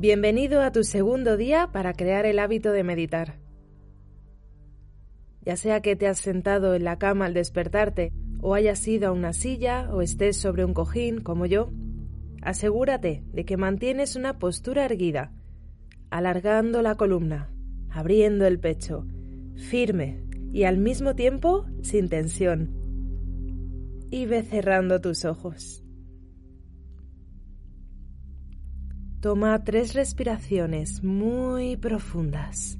Bienvenido a tu segundo día para crear el hábito de meditar. Ya sea que te has sentado en la cama al despertarte, o hayas ido a una silla, o estés sobre un cojín, como yo, asegúrate de que mantienes una postura erguida, alargando la columna, abriendo el pecho, firme y al mismo tiempo sin tensión. Y ve cerrando tus ojos. Toma 3 respiraciones muy profundas.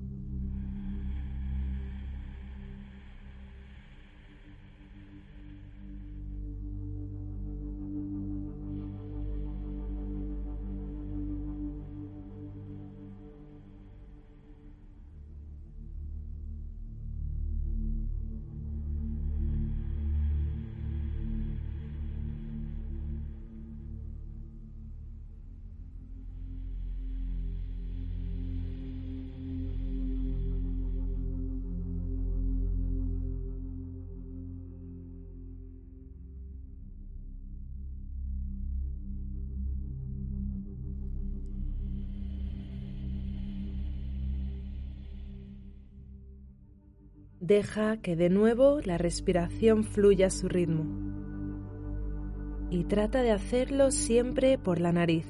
Deja que de nuevo la respiración fluya a su ritmo y trata de hacerlo siempre por la nariz.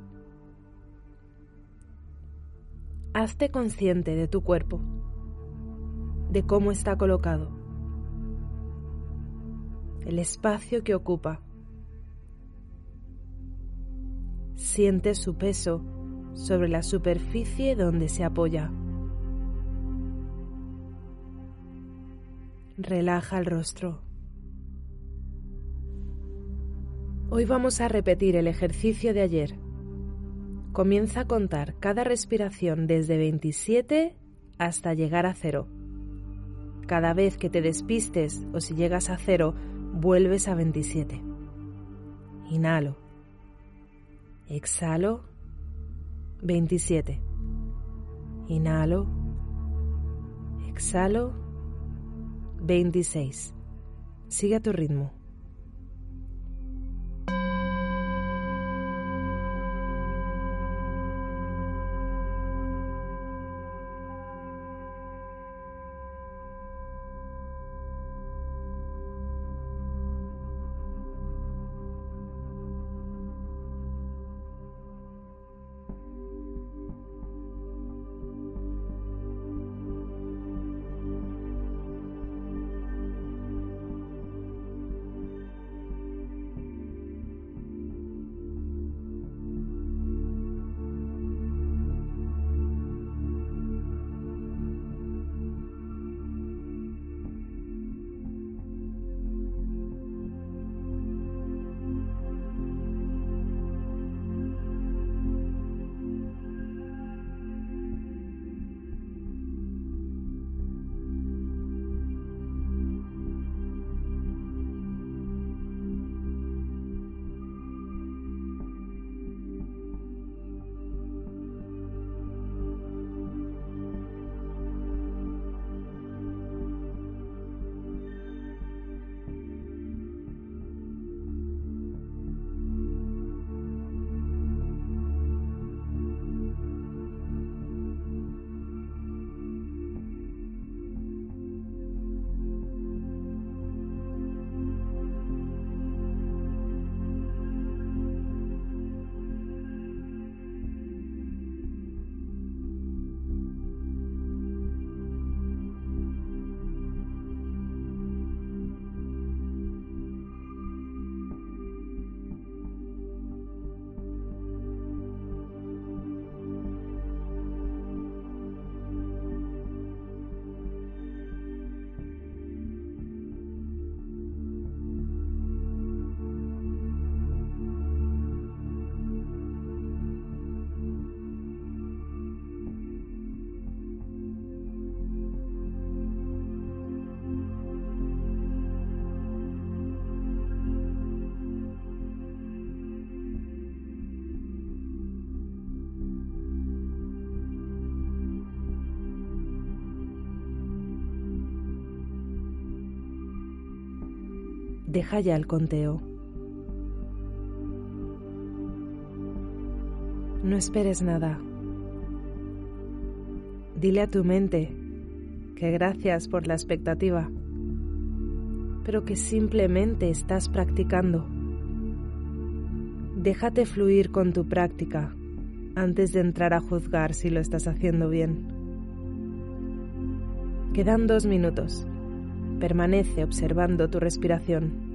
Hazte consciente de tu cuerpo, de cómo está colocado, el espacio que ocupa. Siente su peso sobre la superficie donde se apoya. Relaja el rostro. Hoy vamos a repetir el ejercicio de ayer. Comienza a contar cada respiración desde 27 hasta llegar a 0. Cada vez que te despistes o si llegas a 0, vuelves a 27. Inhalo. Exhalo. 27. Inhalo. Exhalo. 26. Sigue a tu ritmo. Deja ya el conteo. No esperes nada. Dile a tu mente que gracias por la expectativa, pero que simplemente estás practicando. Déjate fluir con tu práctica antes de entrar a juzgar si lo estás haciendo bien. Quedan 2 minutos. Permanece observando tu respiración.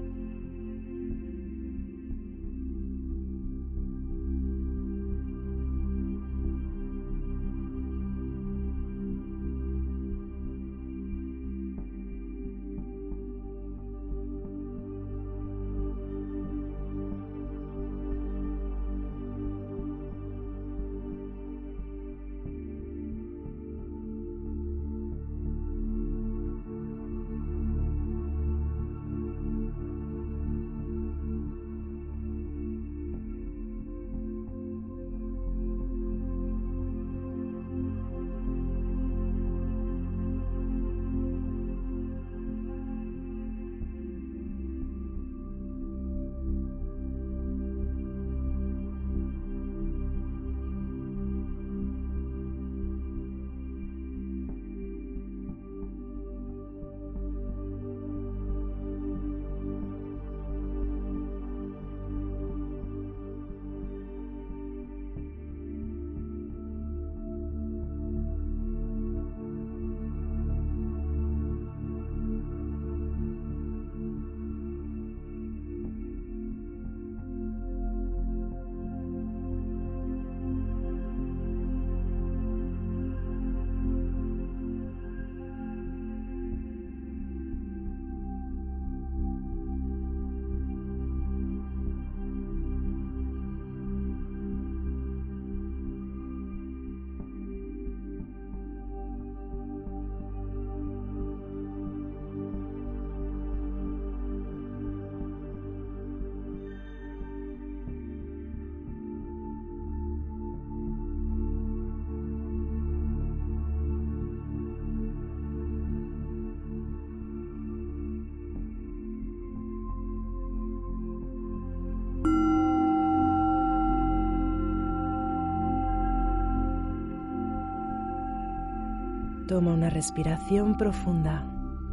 Toma una respiración profunda.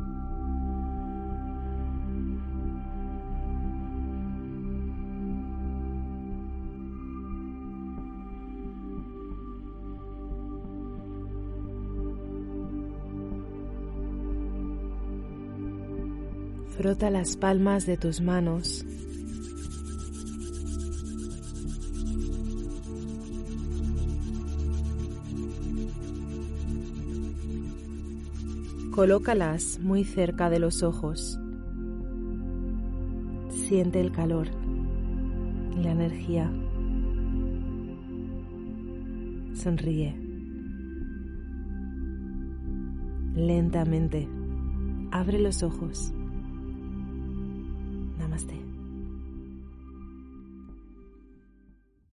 Frota las palmas de tus manos. Colócalas muy cerca de los ojos. Siente el calor y la energía. Sonríe. Lentamente, abre los ojos. Namaste.